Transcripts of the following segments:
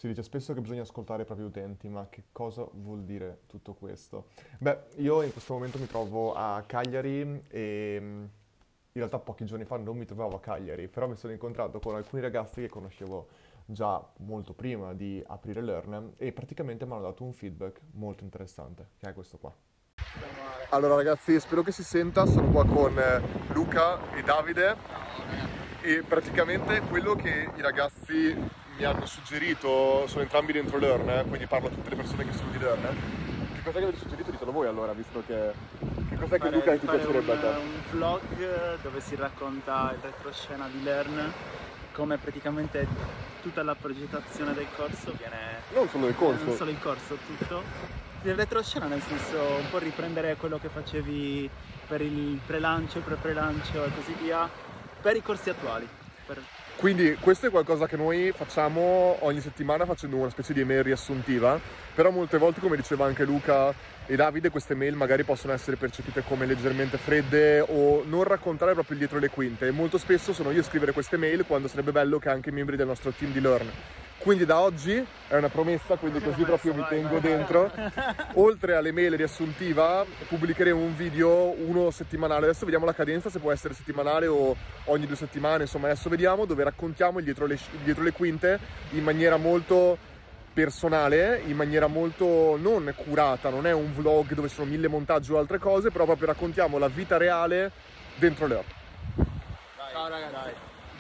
Si dice spesso che bisogna ascoltare i propri utenti, ma che cosa vuol dire tutto questo? Beh, io in questo momento mi trovo a Cagliari e in realtà pochi giorni fa non mi trovavo a Cagliari, però mi sono incontrato con alcuni ragazzi che conoscevo già molto prima di aprire Learn e praticamente mi hanno dato un feedback molto interessante, che è questo qua. Allora ragazzi, spero che si senta, sono qua con Luca e Davide e praticamente quello che i ragazzi mi hanno suggerito, sono entrambi dentro Learn, quindi parlo a tutte le persone che sono di Learn. Che cos'è che avete suggerito? Ditelo voi allora, visto che cos'è che Luca ti piacerebbe a te? Un vlog dove si racconta il retroscena di Learn, come praticamente tutta la progettazione del corso viene... Non solo il corso. Non solo il corso, tutto. Il retroscena nel senso un po' riprendere quello che facevi per il pre-lancio, il pre-lancio e così via, per i corsi attuali. Quindi questo è qualcosa che noi facciamo ogni settimana facendo una specie di email riassuntiva, però molte volte, come diceva anche Luca e Davide, queste mail magari possono essere percepite come leggermente fredde o non raccontare proprio dietro le quinte, e molto spesso sono io a scrivere queste mail quando sarebbe bello che anche i membri del nostro team di Learn. Quindi da oggi è una promessa, quindi così proprio mi tengo dentro. Oltre alle mail riassuntiva pubblicheremo un video, uno settimanale, adesso vediamo la cadenza, se può essere settimanale o ogni 2 settimane, insomma adesso vediamo, dove raccontiamo il dietro le quinte in maniera molto personale, in maniera molto non curata, non è un vlog dove ci sono 1000 montaggi o altre cose, però proprio raccontiamo la vita reale dentro Learn. Ciao ragazzi.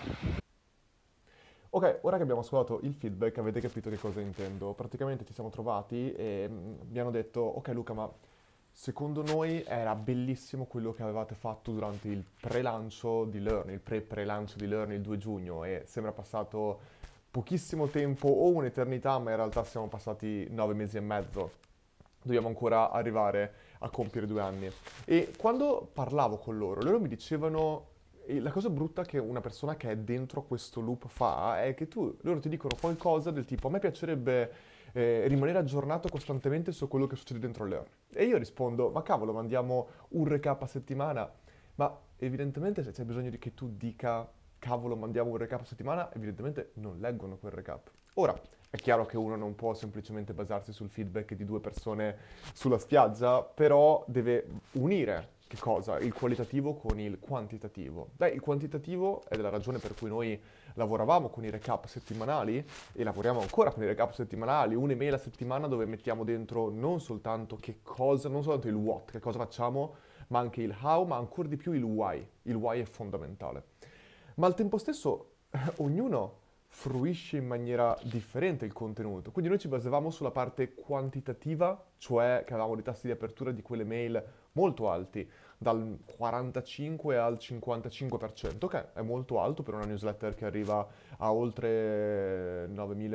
Ok, ora che abbiamo ascoltato il feedback avete capito che cosa intendo. Praticamente ci siamo trovati e mi hanno detto, ok Luca, ma secondo noi era bellissimo quello che avevate fatto durante il pre-lancio di Learn, il pre-lancio di Learn il 2 giugno e sembra passato pochissimo tempo o un'eternità, ma in realtà siamo passati 9 mesi e mezzo. Dobbiamo ancora arrivare a compiere 2 anni. E quando parlavo con loro mi dicevano, e la cosa brutta che una persona che è dentro questo loop fa è che loro ti dicono qualcosa del tipo, a me piacerebbe rimanere aggiornato costantemente su quello che succede dentro Learn. E io rispondo, ma cavolo, mandiamo un recap a settimana. Ma evidentemente se c'è bisogno di che tu dica, cavolo, mandiamo un recap a settimana, evidentemente non leggono quel recap. Ora, è chiaro che uno non può semplicemente basarsi sul feedback di 2 persone sulla spiaggia, però deve unire che cosa? Il qualitativo con il quantitativo. Beh, il quantitativo è la ragione per cui noi lavoravamo con i recap settimanali e lavoriamo ancora con i recap settimanali, un'email a settimana dove mettiamo dentro non soltanto che cosa, non soltanto il what, che cosa facciamo, ma anche il how, ma ancora di più il why. Il why è fondamentale. Ma al tempo stesso ognuno fruisce in maniera differente il contenuto. Quindi noi ci basavamo sulla parte quantitativa, cioè che avevamo dei tassi di apertura di quelle mail molto alti, dal 45 al 55%, che è molto alto per una newsletter che arriva a oltre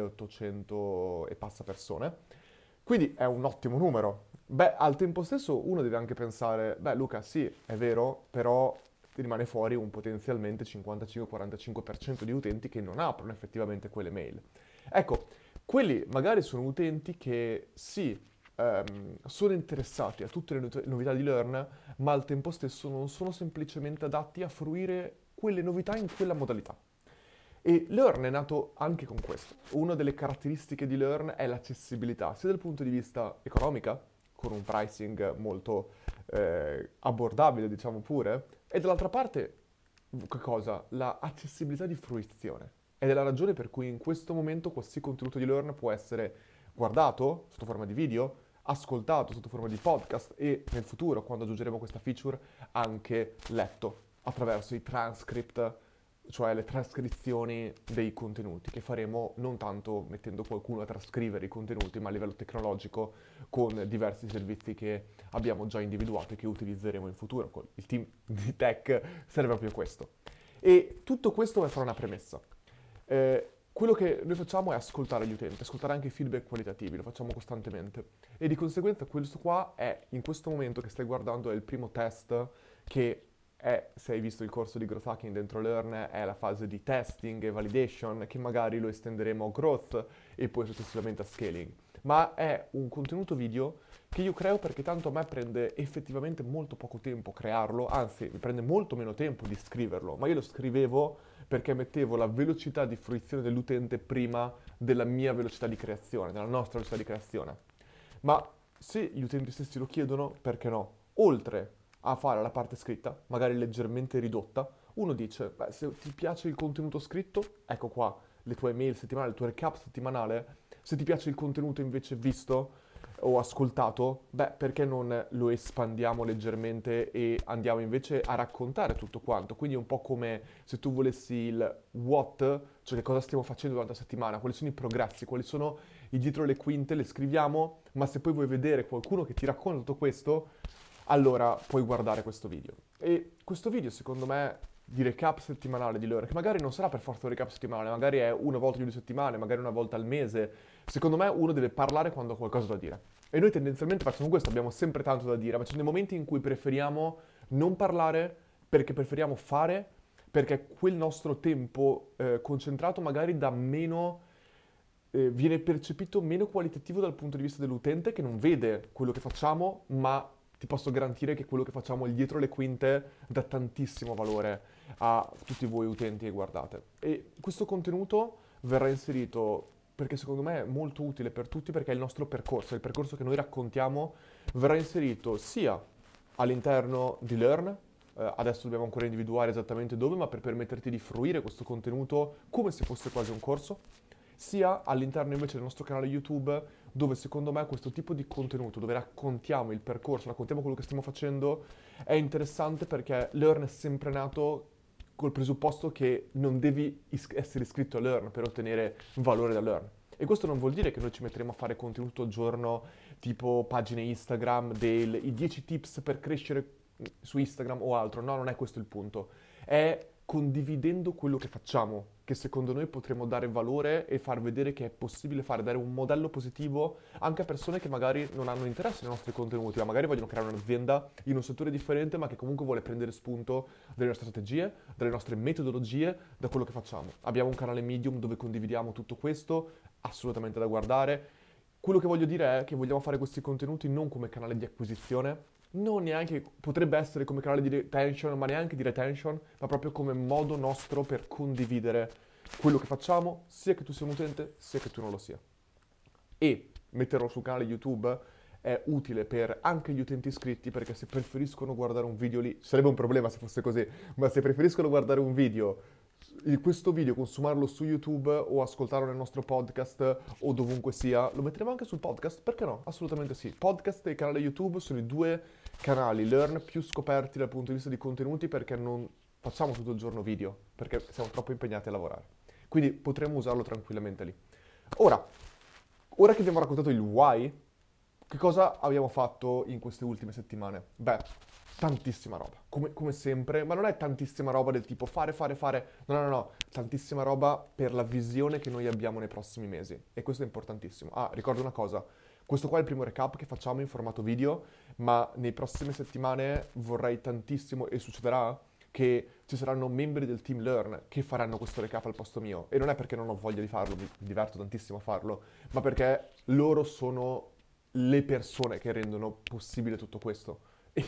9800 e passa persone. Quindi è un ottimo numero. Beh, al tempo stesso uno deve anche pensare, beh Luca, sì, è vero, però rimane fuori un potenzialmente 55-45% di utenti che non aprono effettivamente quelle mail. Ecco, quelli magari sono utenti che sì, sono interessati a tutte le novità di Learn, ma al tempo stesso non sono semplicemente adatti a fruire quelle novità in quella modalità. E Learn è nato anche con questo. Una delle caratteristiche di Learn è l'accessibilità, sia dal punto di vista economica, con un pricing molto abbordabile, diciamo pure, e dall'altra parte, che cosa? La accessibilità di fruizione. Ed è la ragione per cui in questo momento qualsiasi contenuto di Learn può essere guardato sotto forma di video, ascoltato sotto forma di podcast e nel futuro, quando aggiungeremo questa feature, anche letto attraverso i transcript, cioè le trascrizioni dei contenuti, che faremo non tanto mettendo qualcuno a trascrivere i contenuti, ma a livello tecnologico con diversi servizi che abbiamo già individuato e che utilizzeremo in futuro. Il team di tech serve proprio a questo. E tutto questo è fare una premessa. Quello che noi facciamo è ascoltare gli utenti, ascoltare anche i feedback qualitativi, lo facciamo costantemente. E di conseguenza questo qua è, in questo momento che stai guardando, è il primo test che è, se hai visto il corso di growth hacking dentro Learn, è la fase di testing e validation, che magari lo estenderemo a growth e poi successivamente a scaling. Ma è un contenuto video che io creo perché tanto a me prende effettivamente molto poco tempo crearlo, anzi mi prende molto meno tempo di scriverlo, ma io lo scrivevo perché mettevo la velocità di fruizione dell'utente prima della mia velocità di creazione, della nostra velocità di creazione. Ma se gli utenti stessi lo chiedono, perché no? Oltre a fare la parte scritta, magari leggermente ridotta, uno dice, beh, se ti piace il contenuto scritto, ecco qua le tue email settimanali, il tuo recap settimanale. Se ti piace il contenuto invece visto o ascoltato, beh, perché non lo espandiamo leggermente e andiamo invece a raccontare tutto quanto? Quindi è un po' come se tu volessi il what, cioè che cosa stiamo facendo durante la settimana, quali sono i progressi, quali sono i dietro le quinte, le scriviamo, ma se poi vuoi vedere qualcuno che ti racconta tutto questo, allora puoi guardare questo video. E questo video, secondo me, di recap settimanale di loro, che magari non sarà per forza un recap settimanale, magari è una volta ogni 2 settimane, magari una volta al mese. Secondo me uno deve parlare quando ha qualcosa da dire. E noi tendenzialmente facciamo questo, abbiamo sempre tanto da dire, ma ci sono dei momenti in cui preferiamo non parlare perché preferiamo fare, perché quel nostro tempo concentrato magari dà meno, viene percepito meno qualitativo dal punto di vista dell'utente che non vede quello che facciamo, ma ti posso garantire che quello che facciamo dietro le quinte dà tantissimo valore a tutti voi utenti che guardate. E questo contenuto verrà inserito perché secondo me è molto utile per tutti perché è il nostro percorso, il percorso che noi raccontiamo verrà inserito sia all'interno di Learn, adesso dobbiamo ancora individuare esattamente dove, ma per permetterti di fruire questo contenuto come se fosse quasi un corso, sia all'interno invece del nostro canale YouTube, dove secondo me questo tipo di contenuto, dove raccontiamo il percorso, raccontiamo quello che stiamo facendo, è interessante perché Learn è sempre nato col presupposto che non devi essere iscritto a Learn per ottenere valore da Learn. E questo non vuol dire che noi ci metteremo a fare contenuto al giorno, tipo pagine Instagram, i 10 tips per crescere su Instagram o altro. No, non è questo il punto. È condividendo quello che facciamo, che secondo noi potremo dare valore e far vedere che è possibile fare, dare un modello positivo anche a persone che magari non hanno interesse nei nostri contenuti, ma magari vogliono creare un'azienda in un settore differente, ma che comunque vuole prendere spunto dalle nostre strategie, dalle nostre metodologie, da quello che facciamo. Abbiamo un canale Medium dove condividiamo tutto questo, assolutamente da guardare. Quello che voglio dire è che vogliamo fare questi contenuti non come canale di acquisizione, non neanche, potrebbe essere come canale di retention, ma neanche di retention, ma proprio come modo nostro per condividere quello che facciamo, sia che tu sia un utente, sia che tu non lo sia. E metterlo sul canale YouTube è utile per anche gli utenti iscritti, perché se preferiscono guardare un video lì, sarebbe un problema se fosse così, ma se preferiscono guardare un video, questo video, consumarlo su YouTube o ascoltarlo nel nostro podcast o dovunque sia, lo metteremo anche sul podcast, perché no? Assolutamente sì. Podcast e canale YouTube sono i due canali Learn più scoperti dal punto di vista di contenuti perché non facciamo tutto il giorno video, perché siamo troppo impegnati a lavorare. Quindi potremmo usarlo tranquillamente lì. Ora che abbiamo raccontato il why, che cosa abbiamo fatto in queste ultime settimane? Beh, tantissima roba, come sempre, ma non è tantissima roba del tipo fare, no, tantissima roba per la visione che noi abbiamo nei prossimi mesi e questo è importantissimo. Ah, ricordo una cosa, questo qua è il primo recap che facciamo in formato video, ma nei prossime settimane vorrei tantissimo, e succederà, che ci saranno membri del team Learn che faranno questo recap al posto mio. E non è perché non ho voglia di farlo, mi diverto tantissimo a farlo, ma perché loro sono le persone che rendono possibile tutto questo.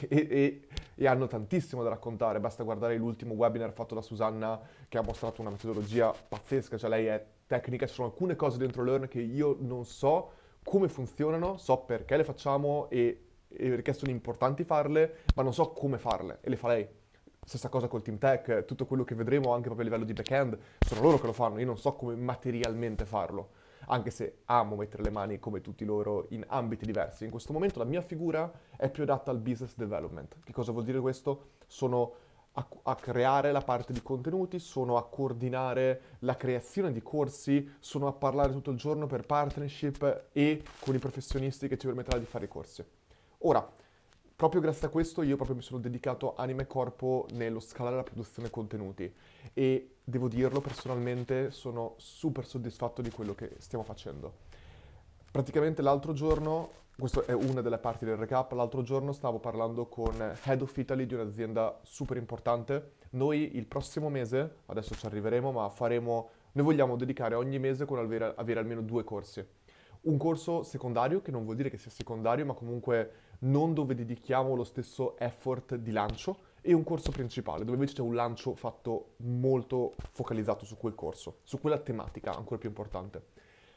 E hanno tantissimo da raccontare, basta guardare l'ultimo webinar fatto da Susanna che ha mostrato una metodologia pazzesca, cioè lei è tecnica, ci sono alcune cose dentro Learn che io non so come funzionano, so perché le facciamo e perché sono importanti farle, ma non so come farle e le fa lei. Stessa cosa col Team Tech, tutto quello che vedremo anche proprio a livello di back-end, sono loro che lo fanno, io non so come materialmente farlo, anche se amo mettere le mani come tutti loro in ambiti diversi. In questo momento la mia figura è più adatta al business development. Che cosa vuol dire questo? Sono a creare la parte di contenuti, sono a coordinare la creazione di corsi, sono a parlare tutto il giorno per partnership e con i professionisti che ci permetterà di fare i corsi. Ora, proprio grazie a questo io proprio mi sono dedicato anima e corpo nello scalare la produzione contenuti e devo dirlo personalmente sono super soddisfatto di quello che stiamo facendo. Praticamente l'altro giorno, questa è una delle parti del recap, l'altro giorno stavo parlando con Head of Italy di un'azienda super importante. Noi il prossimo mese, adesso ci arriveremo, ma noi vogliamo dedicare ogni mese con avere almeno 2 corsi. Un corso secondario, che non vuol dire che sia secondario, ma comunque non dove dedichiamo lo stesso effort di lancio, e un corso principale, dove invece c'è un lancio fatto molto focalizzato su quel corso, su quella tematica ancora più importante.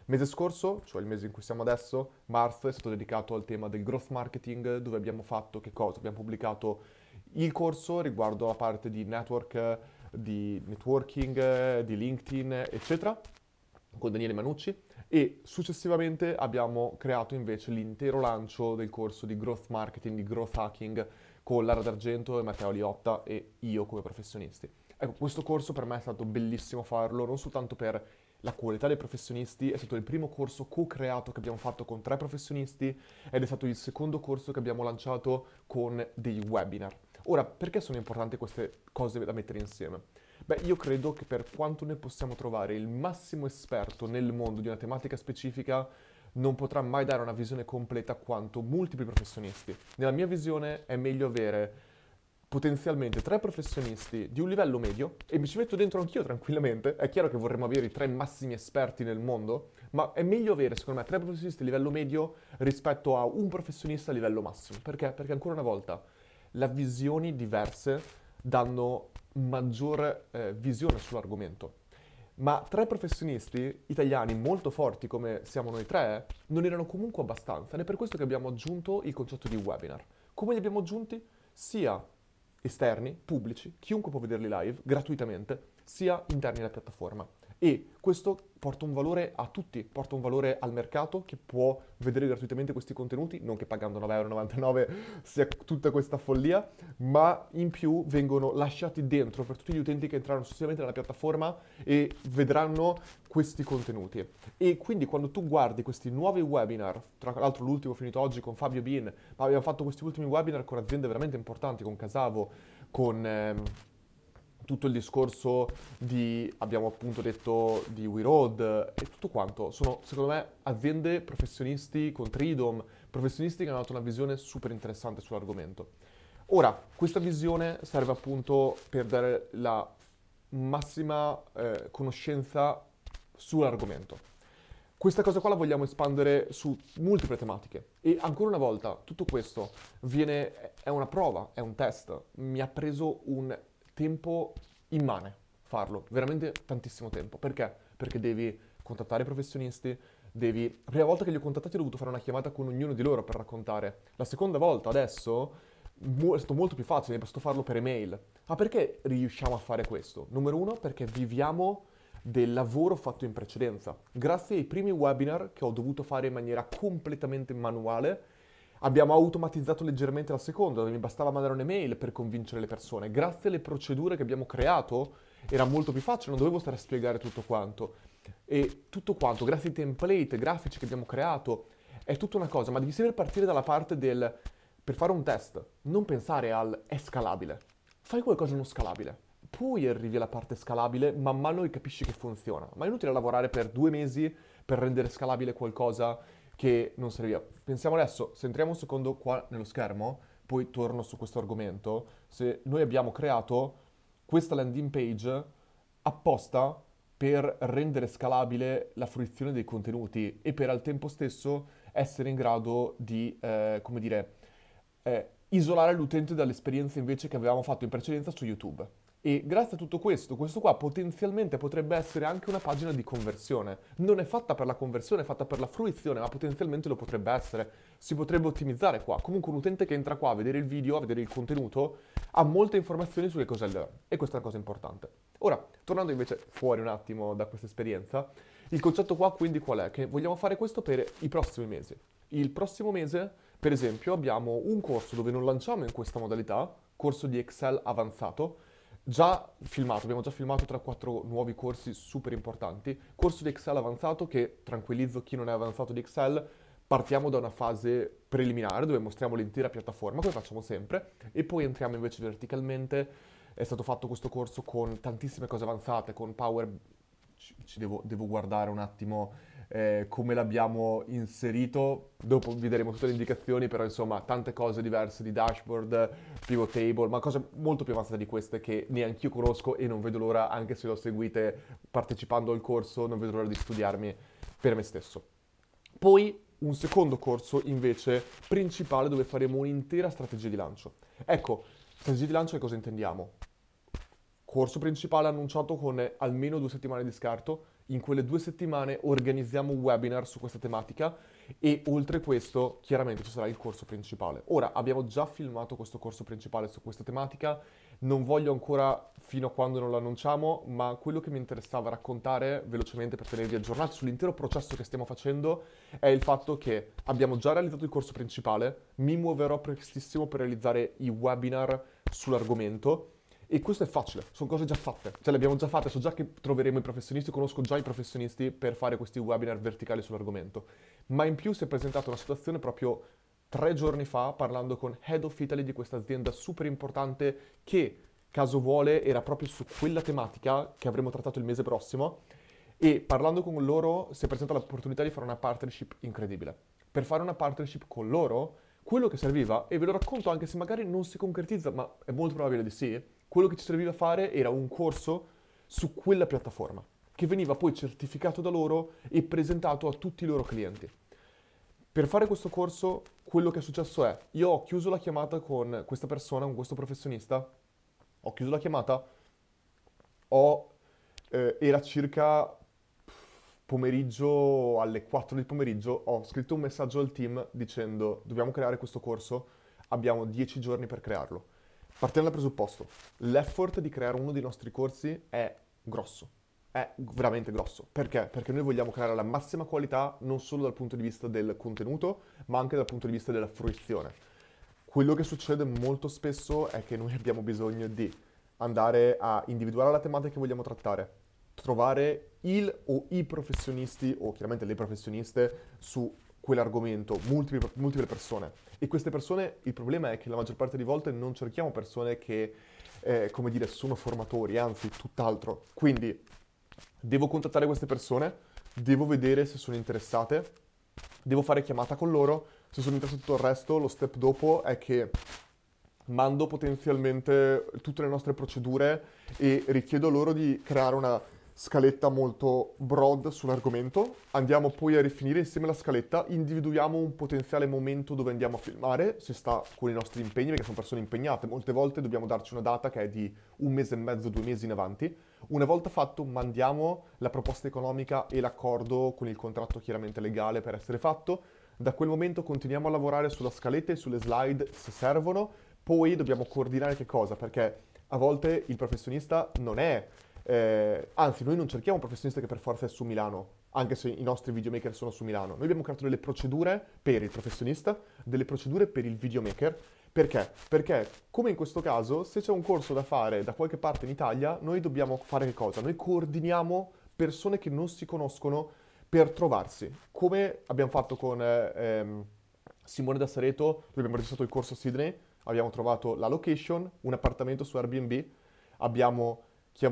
Mese scorso, cioè il mese in cui siamo adesso, marzo, è stato dedicato al tema del growth marketing, dove abbiamo fatto che cosa? Abbiamo pubblicato il corso riguardo la parte di network, di networking, di LinkedIn, eccetera, con Daniele Manucci, e successivamente abbiamo creato invece l'intero lancio del corso di growth marketing, di growth hacking, con Lara D'Argento e Matteo Liotta e io come professionisti. Ecco, questo corso per me è stato bellissimo farlo, non soltanto per la qualità dei professionisti, è stato il primo corso co-creato che abbiamo fatto con 3 professionisti ed è stato il secondo corso che abbiamo lanciato con dei webinar. Ora, perché sono importanti queste cose da mettere insieme? Beh, io credo che per quanto ne possiamo trovare il massimo esperto nel mondo di una tematica specifica, non potrà mai dare una visione completa quanto multipli professionisti. Nella mia visione è meglio avere potenzialmente 3 professionisti di un livello medio, e mi ci metto dentro anch'io tranquillamente. È chiaro che vorremmo avere i 3 massimi esperti nel mondo, ma è meglio avere, secondo me, 3 professionisti a livello medio rispetto a un professionista a livello massimo. Perché? Perché ancora una volta, le visioni diverse danno maggiore visione sull'argomento. Ma 3 professionisti italiani molto forti come siamo noi 3 non erano comunque abbastanza, ed è per questo che abbiamo aggiunto il concetto di webinar. Come li abbiamo aggiunti? Sia esterni, pubblici, chiunque può vederli live gratuitamente, sia interni alla piattaforma. E questo porta un valore a tutti, porta un valore al mercato che può vedere gratuitamente questi contenuti, non che pagando 9,99 € sia tutta questa follia, ma in più vengono lasciati dentro per tutti gli utenti che entrano successivamente nella piattaforma e vedranno questi contenuti. E quindi quando tu guardi questi nuovi webinar, tra l'altro l'ultimo finito oggi con Fabio Bin, ma abbiamo fatto questi ultimi webinar con aziende veramente importanti, con Casavo, con tutto il discorso di, abbiamo appunto detto, di We Road e tutto quanto. Sono, secondo me, aziende, professionisti con Tridom, professionisti che hanno dato una visione super interessante sull'argomento. Ora, questa visione serve appunto per dare la massima conoscenza sull'argomento. Questa cosa qua la vogliamo espandere su multiple tematiche e ancora una volta tutto questo è una prova, è un test. Mi ha preso un tempo immane farlo, veramente tantissimo tempo. Perché? Perché devi contattare i professionisti, la prima volta che li ho contattati ho dovuto fare una chiamata con ognuno di loro per raccontare. La seconda volta adesso è stato molto più facile, posso farlo per email. Ma perché riusciamo a fare questo? Numero uno, perché viviamo del lavoro fatto in precedenza. Grazie ai primi webinar che ho dovuto fare in maniera completamente manuale, abbiamo automatizzato leggermente la seconda, dove mi bastava mandare un'email per convincere le persone. Grazie alle procedure che abbiamo creato era molto più facile, non dovevo stare a spiegare tutto quanto. E tutto quanto, grazie ai template grafici che abbiamo creato, è tutta una cosa, ma devi sempre partire dalla parte del, per fare un test, non pensare al è scalabile. Fai qualcosa non scalabile. Poi arrivi alla parte scalabile man mano che capisci che funziona. Ma è inutile lavorare per 2 mesi per rendere scalabile qualcosa che non serviva. Pensiamo adesso, se entriamo un secondo qua nello schermo, poi torno su questo argomento, se noi abbiamo creato questa landing page apposta per rendere scalabile la fruizione dei contenuti e per al tempo stesso essere in grado di, come dire, isolare l'utente dall'esperienza invece che avevamo fatto in precedenza su YouTube. E grazie a tutto questo, questo qua potenzialmente potrebbe essere anche una pagina di conversione. Non è fatta per la conversione, è fatta per la fruizione, ma potenzialmente lo potrebbe essere. Si potrebbe ottimizzare qua. Comunque un utente che entra qua a vedere il video, a vedere il contenuto, ha molte informazioni su che cos'è Learn. E questa è una cosa importante. Ora, tornando invece fuori un attimo da questa esperienza, il concetto qua quindi qual è? Che vogliamo fare questo per i prossimi mesi. Il prossimo mese, per esempio, abbiamo un corso dove non lanciamo in questa modalità, corso di Excel avanzato, già filmato, abbiamo già filmato 3-4 nuovi corsi super importanti, corso di Excel avanzato che, tranquillizzo chi non è avanzato di Excel, partiamo da una fase preliminare dove mostriamo l'intera piattaforma, come facciamo sempre, e poi entriamo invece verticalmente. È stato fatto questo corso con tantissime cose avanzate, con Power, devo guardare un attimo come l'abbiamo inserito, dopo vi daremo tutte le indicazioni, però insomma tante cose diverse di dashboard, pivot table, ma cose molto più avanzate di queste che neanch'io conosco e non vedo l'ora, anche se lo seguite partecipando al corso, non vedo l'ora di studiarmi per me stesso. Poi un secondo corso invece principale dove faremo un'intera strategia di lancio. Ecco, strategia di lancio che cosa intendiamo? Corso principale annunciato con almeno 2 settimane di scarto In quelle 2 settimane organizziamo un webinar su questa tematica e oltre questo chiaramente ci sarà il corso principale. Ora abbiamo già filmato questo corso principale su questa tematica, non voglio ancora fino a quando non lo annunciamo, ma quello che mi interessava raccontare velocemente per tenervi aggiornati sull'intero processo che stiamo facendo è il fatto che abbiamo già realizzato il corso principale, mi muoverò prestissimo per realizzare i webinar sull'argomento. E questo è facile, sono cose già fatte, cioè le abbiamo già fatte, so già che troveremo i professionisti, conosco già i professionisti per fare questi webinar verticali sull'argomento. Ma in più si è presentata una situazione proprio 3 giorni fa parlando con Head of Italy di questa azienda super importante che, caso vuole, era proprio su quella tematica che avremo trattato il mese prossimo e parlando con loro si è presentata l'opportunità di fare una partnership incredibile. Per fare una partnership con loro, quello che serviva, e ve lo racconto anche se magari non si concretizza, ma è molto probabile di sì, quello che ci serviva a fare era un corso su quella piattaforma, che veniva poi certificato da loro e presentato a tutti i loro clienti. Per fare questo corso, quello che è successo è, io ho chiuso la chiamata con questa persona, con questo professionista, ho chiuso la chiamata, era circa pomeriggio, alle 4 del pomeriggio, ho scritto un messaggio al team dicendo dobbiamo creare questo corso, abbiamo 10 giorni per crearlo. Partendo dal presupposto, l'effort di creare uno dei nostri corsi è grosso, è veramente grosso. Perché? Perché noi vogliamo creare la massima qualità non solo dal punto di vista del contenuto, ma anche dal punto di vista della fruizione. Quello che succede molto spesso è che noi abbiamo bisogno di andare a individuare la tematica che vogliamo trattare, trovare il o i professionisti o chiaramente le professioniste su quell'argomento, multiple persone. E queste persone, il problema è che la maggior parte delle volte non cerchiamo persone che, come dire, sono formatori, anzi tutt'altro. Quindi devo contattare queste persone, devo vedere se sono interessate, devo fare chiamata con loro, se sono interessati tutto il resto, lo step dopo è che mando potenzialmente tutte le nostre procedure e richiedo loro di creare una scaletta molto broad sull'argomento. Andiamo poi a rifinire insieme la scaletta, individuiamo un potenziale momento dove andiamo a filmare, se sta con i nostri impegni, perché sono persone impegnate. Molte volte dobbiamo darci una data che è di 1 mese e mezzo, 2 mesi in avanti. Una volta fatto, mandiamo la proposta economica e l'accordo con il contratto chiaramente legale per essere fatto. Da quel momento continuiamo a lavorare sulla scaletta e sulle slide se servono. Poi dobbiamo coordinare che cosa? Perché a volte il professionista non è anzi, noi non cerchiamo un professionista che per forza è su Milano, anche se i nostri videomaker sono su Milano. Noi abbiamo creato delle procedure per il professionista, delle procedure per il videomaker. Perché? Perché, come in questo caso, se c'è un corso da fare da qualche parte in Italia, noi dobbiamo fare che cosa? Noi coordiniamo persone che non si conoscono per trovarsi. Come abbiamo fatto con Simone da Sareto, dove abbiamo registrato il corso Sydney, abbiamo trovato la location, un appartamento su Airbnb, abbiamo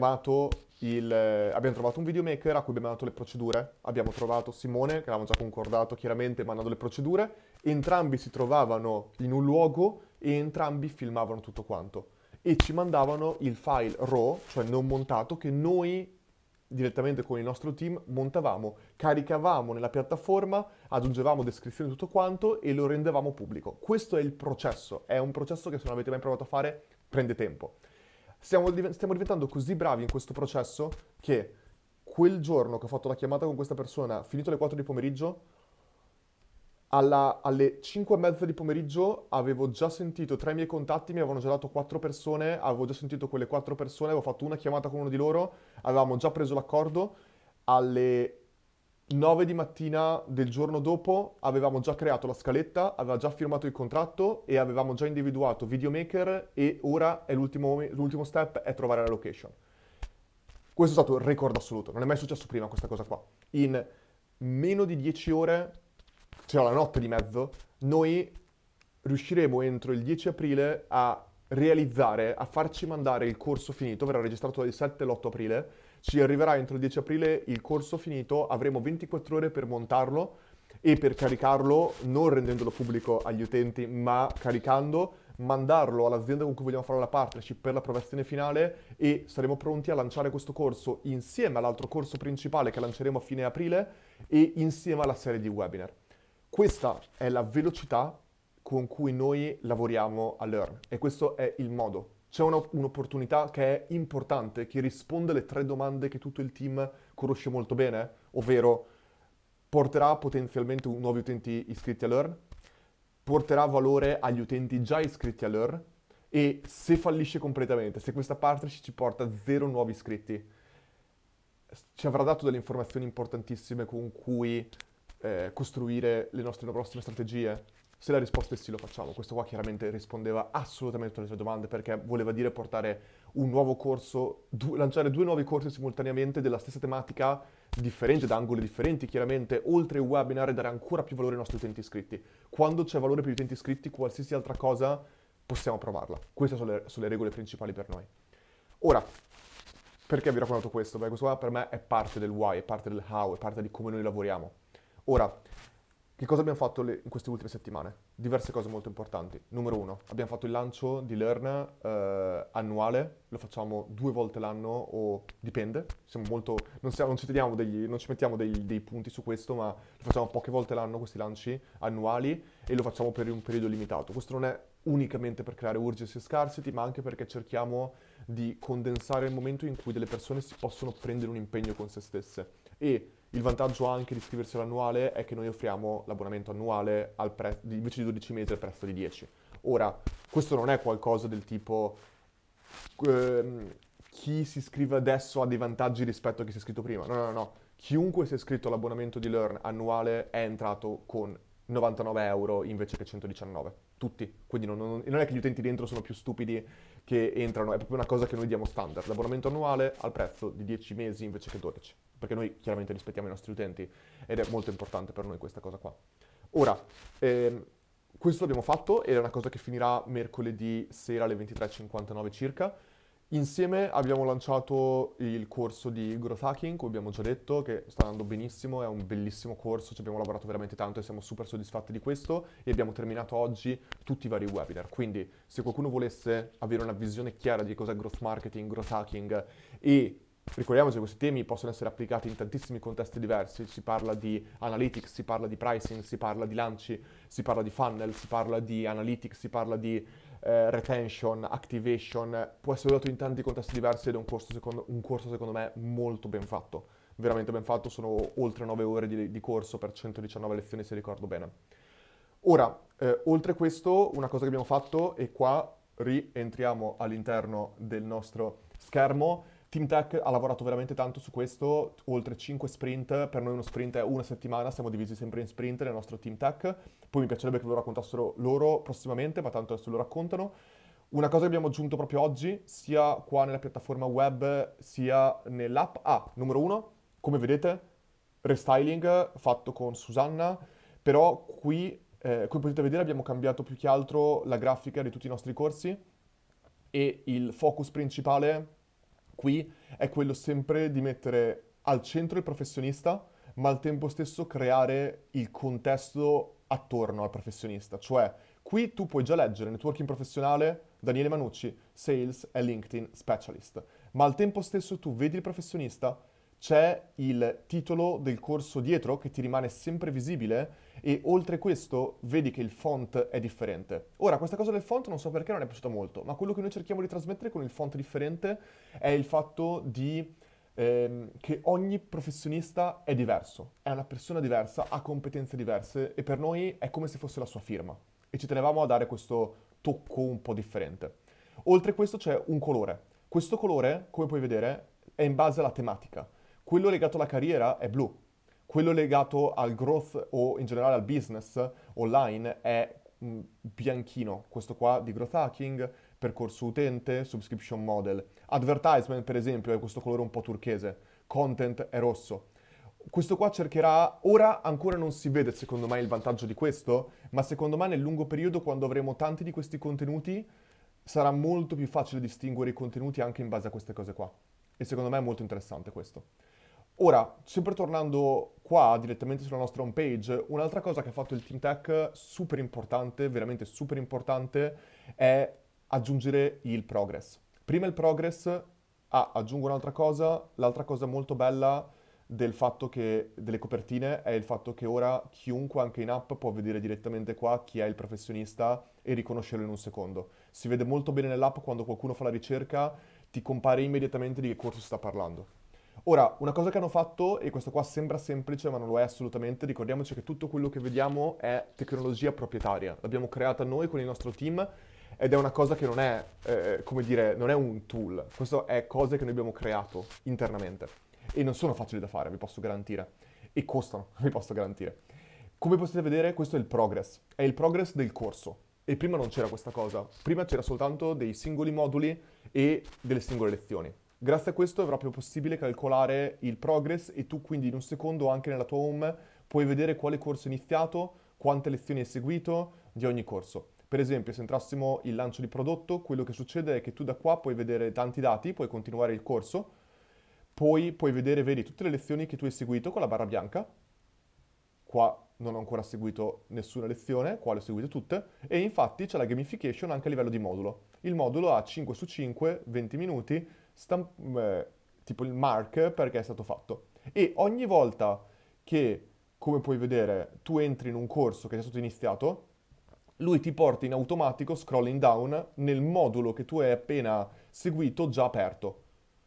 abbiamo trovato un videomaker a cui abbiamo dato le procedure, abbiamo trovato Simone, che avevamo già concordato chiaramente mandando le procedure, entrambi si trovavano in un luogo e entrambi filmavano tutto quanto e ci mandavano il file RAW, cioè non montato, che noi direttamente con il nostro team montavamo, caricavamo nella piattaforma, aggiungevamo descrizioni di tutto quanto e lo rendevamo pubblico. Questo è il processo, è un processo che se non avete mai provato a fare prende tempo. Stiamo diventando così bravi in questo processo che quel giorno che ho fatto la chiamata con questa persona, finito alle 4 di pomeriggio, alle 5 e mezza di pomeriggio avevo già sentito 3 miei contatti, mi avevano già dato 4 persone, avevo già sentito quelle 4 persone, avevo fatto una chiamata con uno di loro, avevamo già preso l'accordo, alle 9 di mattina del giorno dopo avevamo già creato la scaletta, aveva già firmato il contratto e avevamo già individuato videomaker e ora è l'ultimo step è trovare la location. Questo è stato il record assoluto, non è mai successo prima questa cosa qua. In meno di 10 ore, c'era la notte di mezzo, noi riusciremo entro il 10 aprile a realizzare, a farci mandare il corso finito, verrà registrato dal 7 all'8 aprile, ci arriverà entro il 10 aprile il corso finito, avremo 24 ore per montarlo e per caricarlo, non rendendolo pubblico agli utenti, ma caricando, mandarlo all'azienda con cui vogliamo fare la partnership per l'approvazione finale e saremo pronti a lanciare questo corso insieme all'altro corso principale che lanceremo a fine aprile e insieme alla serie di webinar. Questa è la velocità con cui noi lavoriamo a Learn e questo è il modo c'è un'opportunità che è importante, che risponde alle 3 domande che tutto il team conosce molto bene, ovvero porterà potenzialmente nuovi utenti iscritti a Learn, porterà valore agli utenti già iscritti a Learn e se fallisce completamente, se questa partnership ci porta 0 nuovi iscritti, ci avrà dato delle informazioni importantissime con cui costruire le nostre prossime strategie? Se la risposta è sì, lo facciamo. Questo qua chiaramente rispondeva assolutamente a tutte le tue domande perché voleva dire portare un nuovo corso, lanciare 2 nuovi corsi simultaneamente della stessa tematica, differente, da angoli differenti chiaramente, oltre ai webinar e dare ancora più valore ai nostri utenti iscritti. Quando c'è valore per gli utenti iscritti, qualsiasi altra cosa possiamo provarla. Queste sono le regole principali per noi. Ora, perché vi ho raccontato questo? Beh, questo qua per me è parte del why, è parte del how, è parte di come noi lavoriamo. Ora, che cosa abbiamo fatto in queste ultime settimane? Diverse cose molto importanti. Numero 1, abbiamo fatto il lancio di Learn annuale, lo facciamo 2 volte l'anno o dipende, siamo molto, non ci teniamo non ci mettiamo dei punti su questo, ma lo facciamo poche volte l'anno questi lanci annuali e lo facciamo per un periodo limitato. Questo non è unicamente per creare urgency e scarcity, ma anche perché cerchiamo di condensare il momento in cui delle persone si possono prendere un impegno con se stesse. E il vantaggio anche di iscriversi all'annuale è che noi offriamo l'abbonamento annuale invece di 12 mesi al prezzo di 10. Ora, questo non è qualcosa del tipo chi si iscrive adesso ha dei vantaggi rispetto a chi si è iscritto prima. No, no, no. Chiunque si è iscritto all'abbonamento di Learn annuale è entrato con 99 euro invece che 119. Tutti. Quindi non è che gli utenti dentro sono più stupidi che entrano, è proprio una cosa che noi diamo standard. L'abbonamento annuale al prezzo di 10 mesi invece che 12. Perché noi chiaramente rispettiamo i nostri utenti ed è molto importante per noi questa cosa qua. Ora, questo l'abbiamo fatto ed è una cosa che finirà mercoledì sera alle 23:59 circa. Insieme abbiamo lanciato il corso di Growth Hacking, come abbiamo già detto, che sta andando benissimo, è un bellissimo corso, ci abbiamo lavorato veramente tanto e siamo super soddisfatti di questo e abbiamo terminato oggi tutti i vari webinar. Quindi se qualcuno volesse avere una visione chiara di cos'è growth marketing, growth hacking e ricordiamoci che questi temi possono essere applicati in tantissimi contesti diversi, si parla di analytics, si parla di pricing, si parla di lanci, si parla di funnel, si parla di analytics, si parla di retention, activation, può essere usato in tanti contesti diversi ed è un corso secondo me molto ben fatto, veramente ben fatto, sono oltre 9 ore di corso per 119 lezioni se ricordo bene. Ora, oltre questo, una cosa che abbiamo fatto, e qua rientriamo all'interno del nostro schermo, Team Tech ha lavorato veramente tanto su questo, oltre 5 sprint, per noi uno sprint è una settimana, siamo divisi sempre in sprint nel nostro Team Tech, poi mi piacerebbe che ve lo raccontassero loro prossimamente, ma tanto adesso lo raccontano. Una cosa che abbiamo aggiunto proprio oggi, sia qua nella piattaforma web, sia nell'app, numero 1, come vedete, restyling fatto con Susanna, però qui, come potete vedere, abbiamo cambiato più che altro la grafica di tutti i nostri corsi e il focus principale qui è quello sempre di mettere al centro il professionista, ma al tempo stesso creare il contesto attorno al professionista. Cioè, qui tu puoi già leggere networking professionale, Daniele Manucci, Sales e LinkedIn Specialist, ma al tempo stesso tu vedi il professionista, c'è il titolo del corso dietro che ti rimane sempre visibile e oltre questo vedi che il font è differente. Ora, questa cosa del font non so perché non è piaciuta molto, ma quello che noi cerchiamo di trasmettere con il font differente è il fatto che ogni professionista è diverso, è una persona diversa, ha competenze diverse e per noi è come se fosse la sua firma e ci tenevamo a dare questo tocco un po' differente. Oltre a questo c'è un colore. Questo colore, come puoi vedere, è in base alla tematica. Quello legato alla carriera è blu, quello legato al growth o in generale al business online è bianchino, questo qua di growth hacking, percorso utente, subscription model. Advertisement per esempio è questo colore un po' turchese, content è rosso. Questo qua cercherà, ora ancora non si vede secondo me il vantaggio di questo, ma secondo me nel lungo periodo quando avremo tanti di questi contenuti sarà molto più facile distinguere i contenuti anche in base a queste cose qua. E secondo me è molto interessante questo. Ora, sempre tornando qua direttamente sulla nostra home page, un'altra cosa che ha fatto il Team Tech super importante, veramente super importante, è aggiungere il progress. Prima il progress, aggiungo un'altra cosa, l'altra cosa molto bella del fatto che, delle copertine, è il fatto che ora chiunque anche in app può vedere direttamente qua chi è il professionista e riconoscerlo in un secondo. Si vede molto bene nell'app quando qualcuno fa la ricerca, ti compare immediatamente di che corso si sta parlando. Ora, una cosa che hanno fatto, e questo qua sembra semplice ma non lo è assolutamente, ricordiamoci che tutto quello che vediamo è tecnologia proprietaria. L'abbiamo creata noi con il nostro team ed è una cosa che non è, come dire, non è un tool. Questo è cose che noi abbiamo creato internamente e non sono facili da fare, vi posso garantire. E costano, vi posso garantire. Come potete vedere, questo è il progress del corso. E prima non c'era questa cosa, prima c'era soltanto dei singoli moduli e delle singole lezioni. Grazie a questo è proprio possibile calcolare il progress e tu quindi in un secondo anche nella tua home puoi vedere quale corso è iniziato, quante lezioni hai seguito di ogni corso. Per esempio, se entrassimo il lancio di prodotto, quello che succede è che tu da qua puoi vedere tanti dati, puoi continuare il corso, poi puoi vedere, vedi, tutte le lezioni che tu hai seguito con la barra bianca. Qua non ho ancora seguito nessuna lezione, qua le ho seguite tutte, e infatti c'è la gamification anche a livello di modulo. Il modulo ha 5 su 5, 20 minuti, tipo il mark perché è stato fatto. E ogni volta che, come puoi vedere, tu entri in un corso che è stato iniziato, lui ti porta in automatico, scrolling down, nel modulo che tu hai appena seguito già aperto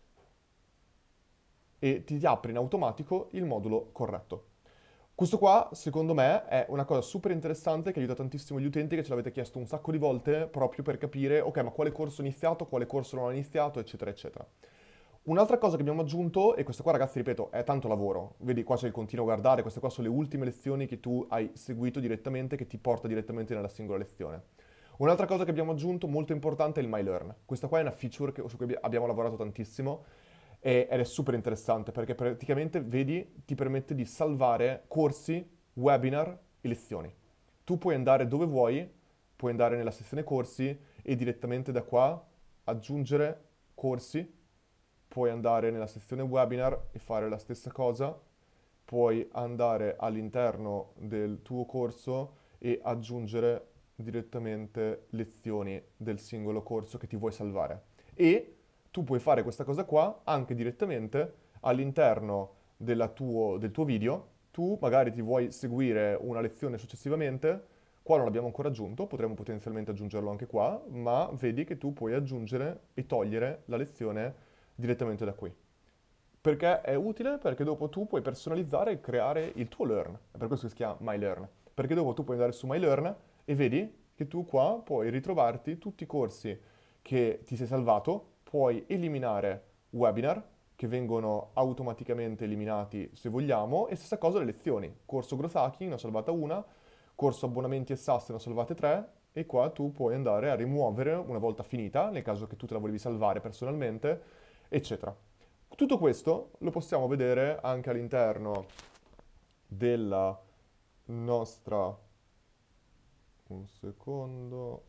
e ti apre in automatico il modulo corretto. Questo qua, secondo me, è una cosa super interessante che aiuta tantissimo gli utenti che ce l'avete chiesto un sacco di volte proprio per capire, ok, ma quale corso ho iniziato, quale corso non ho iniziato, eccetera, eccetera. Un'altra cosa che abbiamo aggiunto, e questo qua ragazzi, ripeto, è tanto lavoro, vedi qua c'è il continuo a guardare, queste qua sono le ultime lezioni che tu hai seguito direttamente, che ti porta direttamente nella singola lezione. Un'altra cosa che abbiamo aggiunto molto importante è il MyLearn. Questa qua è una feature su cui abbiamo lavorato tantissimo ed è super interessante perché praticamente, vedi, ti permette di salvare corsi, webinar e lezioni. Tu puoi andare dove vuoi, puoi andare nella sezione corsi e direttamente da qua aggiungere corsi, puoi andare nella sezione webinar e fare la stessa cosa, puoi andare all'interno del tuo corso e aggiungere direttamente lezioni del singolo corso che ti vuoi salvare. E tu puoi fare questa cosa qua anche direttamente all'interno del tuo video. Tu magari ti vuoi seguire una lezione successivamente, qua non l'abbiamo ancora aggiunto, potremmo potenzialmente aggiungerlo anche qua, ma vedi che tu puoi aggiungere e togliere la lezione direttamente da qui. Perché è utile? Perché dopo tu puoi personalizzare e creare il tuo Learn. È per questo che si chiama MyLearn. Perché dopo tu puoi andare su MyLearn e vedi che tu qua puoi ritrovarti tutti i corsi che ti sei salvato, puoi eliminare webinar che vengono automaticamente eliminati se vogliamo e stessa cosa le lezioni. Corso growth hacking ne ho salvata una, corso abbonamenti e SaaS ne ho salvate tre e qua tu puoi andare a rimuovere una volta finita, nel caso che tu te la volevi salvare personalmente, eccetera. Tutto questo lo possiamo vedere anche all'interno della nostra... Un secondo.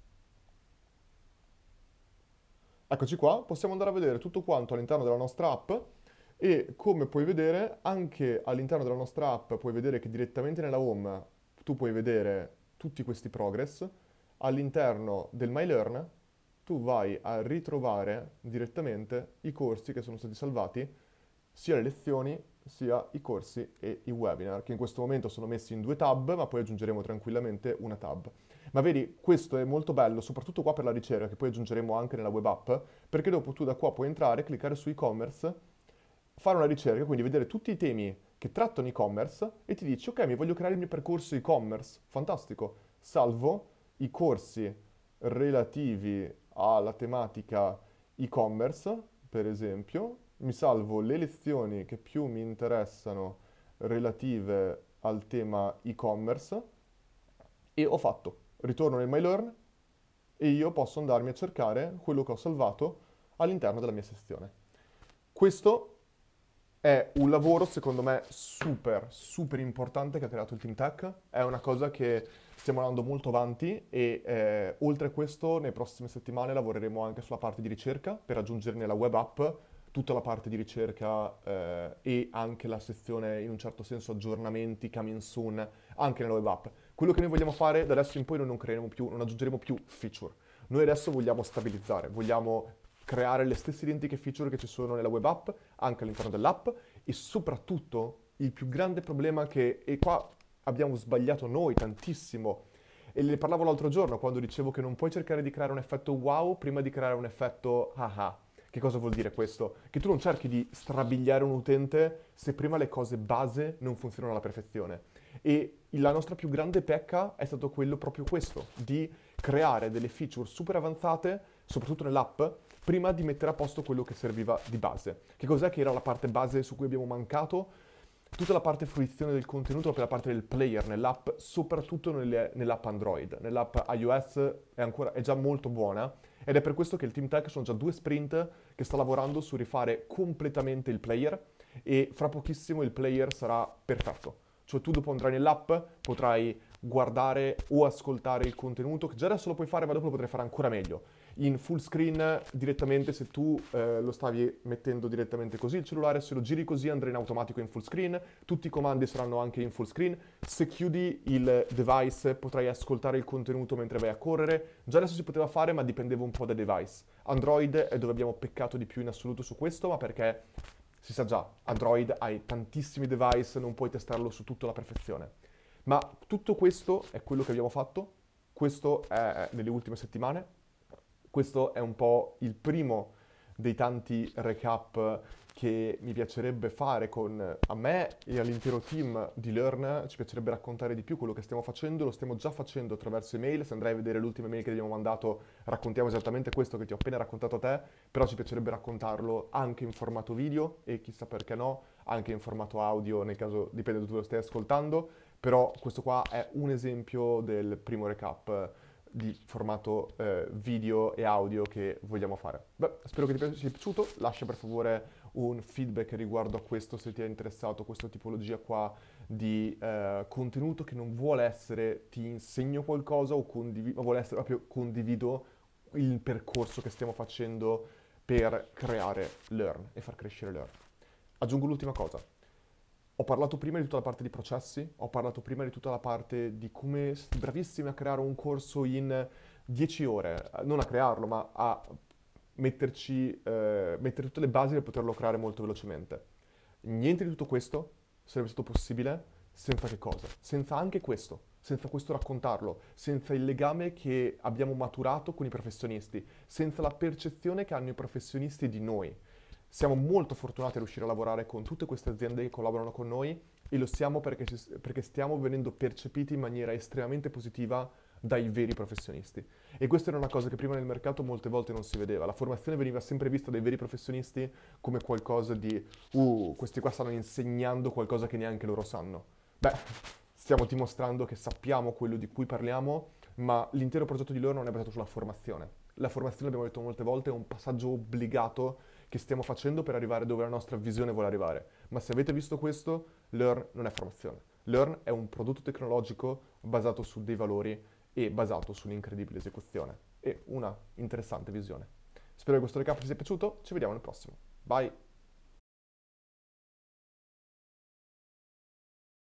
Eccoci qua, possiamo andare a vedere tutto quanto all'interno della nostra app e come puoi vedere anche all'interno della nostra app puoi vedere che direttamente nella home tu puoi vedere tutti questi progress. All'interno del MyLearn tu vai a ritrovare direttamente i corsi che sono stati salvati, sia le lezioni, sia i corsi e i webinar, che in questo momento sono messi in due tab, ma poi aggiungeremo tranquillamente una tab. Ma vedi, questo è molto bello, soprattutto qua per la ricerca, che poi aggiungeremo anche nella web app, perché dopo tu da qua puoi entrare, cliccare su e-commerce, fare una ricerca, quindi vedere tutti i temi che trattano e-commerce e ti dici, ok, mi voglio creare il mio percorso e-commerce, fantastico, salvo i corsi relativi alla tematica e-commerce, per esempio, mi salvo le lezioni che più mi interessano relative al tema e-commerce e ho fatto. Ritorno nel MyLearn e io posso andarmi a cercare quello che ho salvato all'interno della mia sezione. Questo è un lavoro, secondo me, super, super importante che ha creato il Team Tech. È una cosa che stiamo andando molto avanti e oltre a questo, nelle prossime settimane lavoreremo anche sulla parte di ricerca per aggiungere nella web app tutta la parte di ricerca e anche la sezione, in un certo senso, aggiornamenti, coming soon, anche nella web app. Quello che noi vogliamo fare da adesso in poi noi non creeremo più, non aggiungeremo più feature. Noi adesso vogliamo stabilizzare, vogliamo creare le stesse identiche feature che ci sono nella web app, anche all'interno dell'app, E soprattutto il più grande problema e qua abbiamo sbagliato noi tantissimo, e ne parlavo l'altro giorno quando dicevo che non puoi cercare di creare un effetto wow prima di creare un effetto haha. Che cosa vuol dire questo? Che tu non cerchi di strabiliare un utente se prima le cose base non funzionano alla perfezione. E la nostra più grande pecca è stato quello proprio questo, di creare delle feature super avanzate, soprattutto nell'app, prima di mettere a posto quello che serviva di base. Che cos'è che era la parte base su cui abbiamo mancato? Tutta la parte fruizione del contenuto per la parte del player nell'app, soprattutto nell'app Android. Nell'app iOS è già molto buona ed è per questo che il Team Tech sono già 2 sprint che sta lavorando su rifare completamente il player e fra pochissimo il player sarà perfetto. Cioè tu dopo andrai nell'app, potrai guardare o ascoltare il contenuto, che già adesso lo puoi fare ma dopo lo potrai fare ancora meglio. In full screen direttamente, se tu lo stavi mettendo direttamente così il cellulare, se lo giri così andrà in automatico in full screen, tutti i comandi saranno anche in full screen, se chiudi il device potrai ascoltare il contenuto mentre vai a correre, già adesso si poteva fare ma dipendeva un po' dai device. Android è dove abbiamo peccato di più in assoluto su questo, ma perché si sa già, Android hai tantissimi device, non puoi testarlo su tutto alla perfezione. Ma tutto questo è quello che abbiamo fatto, questo è nelle ultime settimane. Questo è un po' il primo dei tanti recap che mi piacerebbe fare con a me e all'intero team di Learn. Ci piacerebbe raccontare di più quello che stiamo facendo, lo stiamo già facendo attraverso email. Se andrai a vedere l'ultima email che ti abbiamo mandato, raccontiamo esattamente questo che ti ho appena raccontato a te, però ci piacerebbe raccontarlo anche in formato video e chissà perché no, anche in formato audio, nel caso dipende da dove lo stai ascoltando, però questo qua è un esempio del primo recap di formato video e audio che vogliamo fare. Beh, spero che ti sia piaciuto, lascia per favore un feedback riguardo a questo se ti è interessato questa tipologia qua di contenuto che non vuole essere ti insegno qualcosa ma vuole essere proprio condivido il percorso che stiamo facendo per creare Learn e far crescere Learn. Aggiungo l'ultima cosa. Ho parlato prima di tutta la parte di processi, ho parlato prima di tutta la parte di come siete bravissimi a creare un corso in 10 ore, non a crearlo, ma a mettere tutte le basi per poterlo creare molto velocemente. Niente di tutto questo sarebbe stato possibile senza che cosa? Senza anche questo, senza questo raccontarlo, senza il legame che abbiamo maturato con i professionisti, senza la percezione che hanno i professionisti di noi. Siamo molto fortunati a riuscire a lavorare con tutte queste aziende che collaborano con noi e lo siamo perché stiamo venendo percepiti in maniera estremamente positiva dai veri professionisti. E questa era una cosa che prima nel mercato molte volte non si vedeva. La formazione veniva sempre vista dai veri professionisti come qualcosa di questi qua stanno insegnando qualcosa che neanche loro sanno. Beh, stiamo dimostrando che sappiamo quello di cui parliamo, ma l'intero progetto di loro non è basato sulla formazione. La formazione, abbiamo detto molte volte, è un passaggio obbligato che stiamo facendo per arrivare dove la nostra visione vuole arrivare. Ma se avete visto questo, Learn non è formazione. Learn è un prodotto tecnologico basato su dei valori e basato su un'incredibile esecuzione e una interessante visione. Spero che questo recap vi sia piaciuto, ci vediamo nel prossimo. Bye!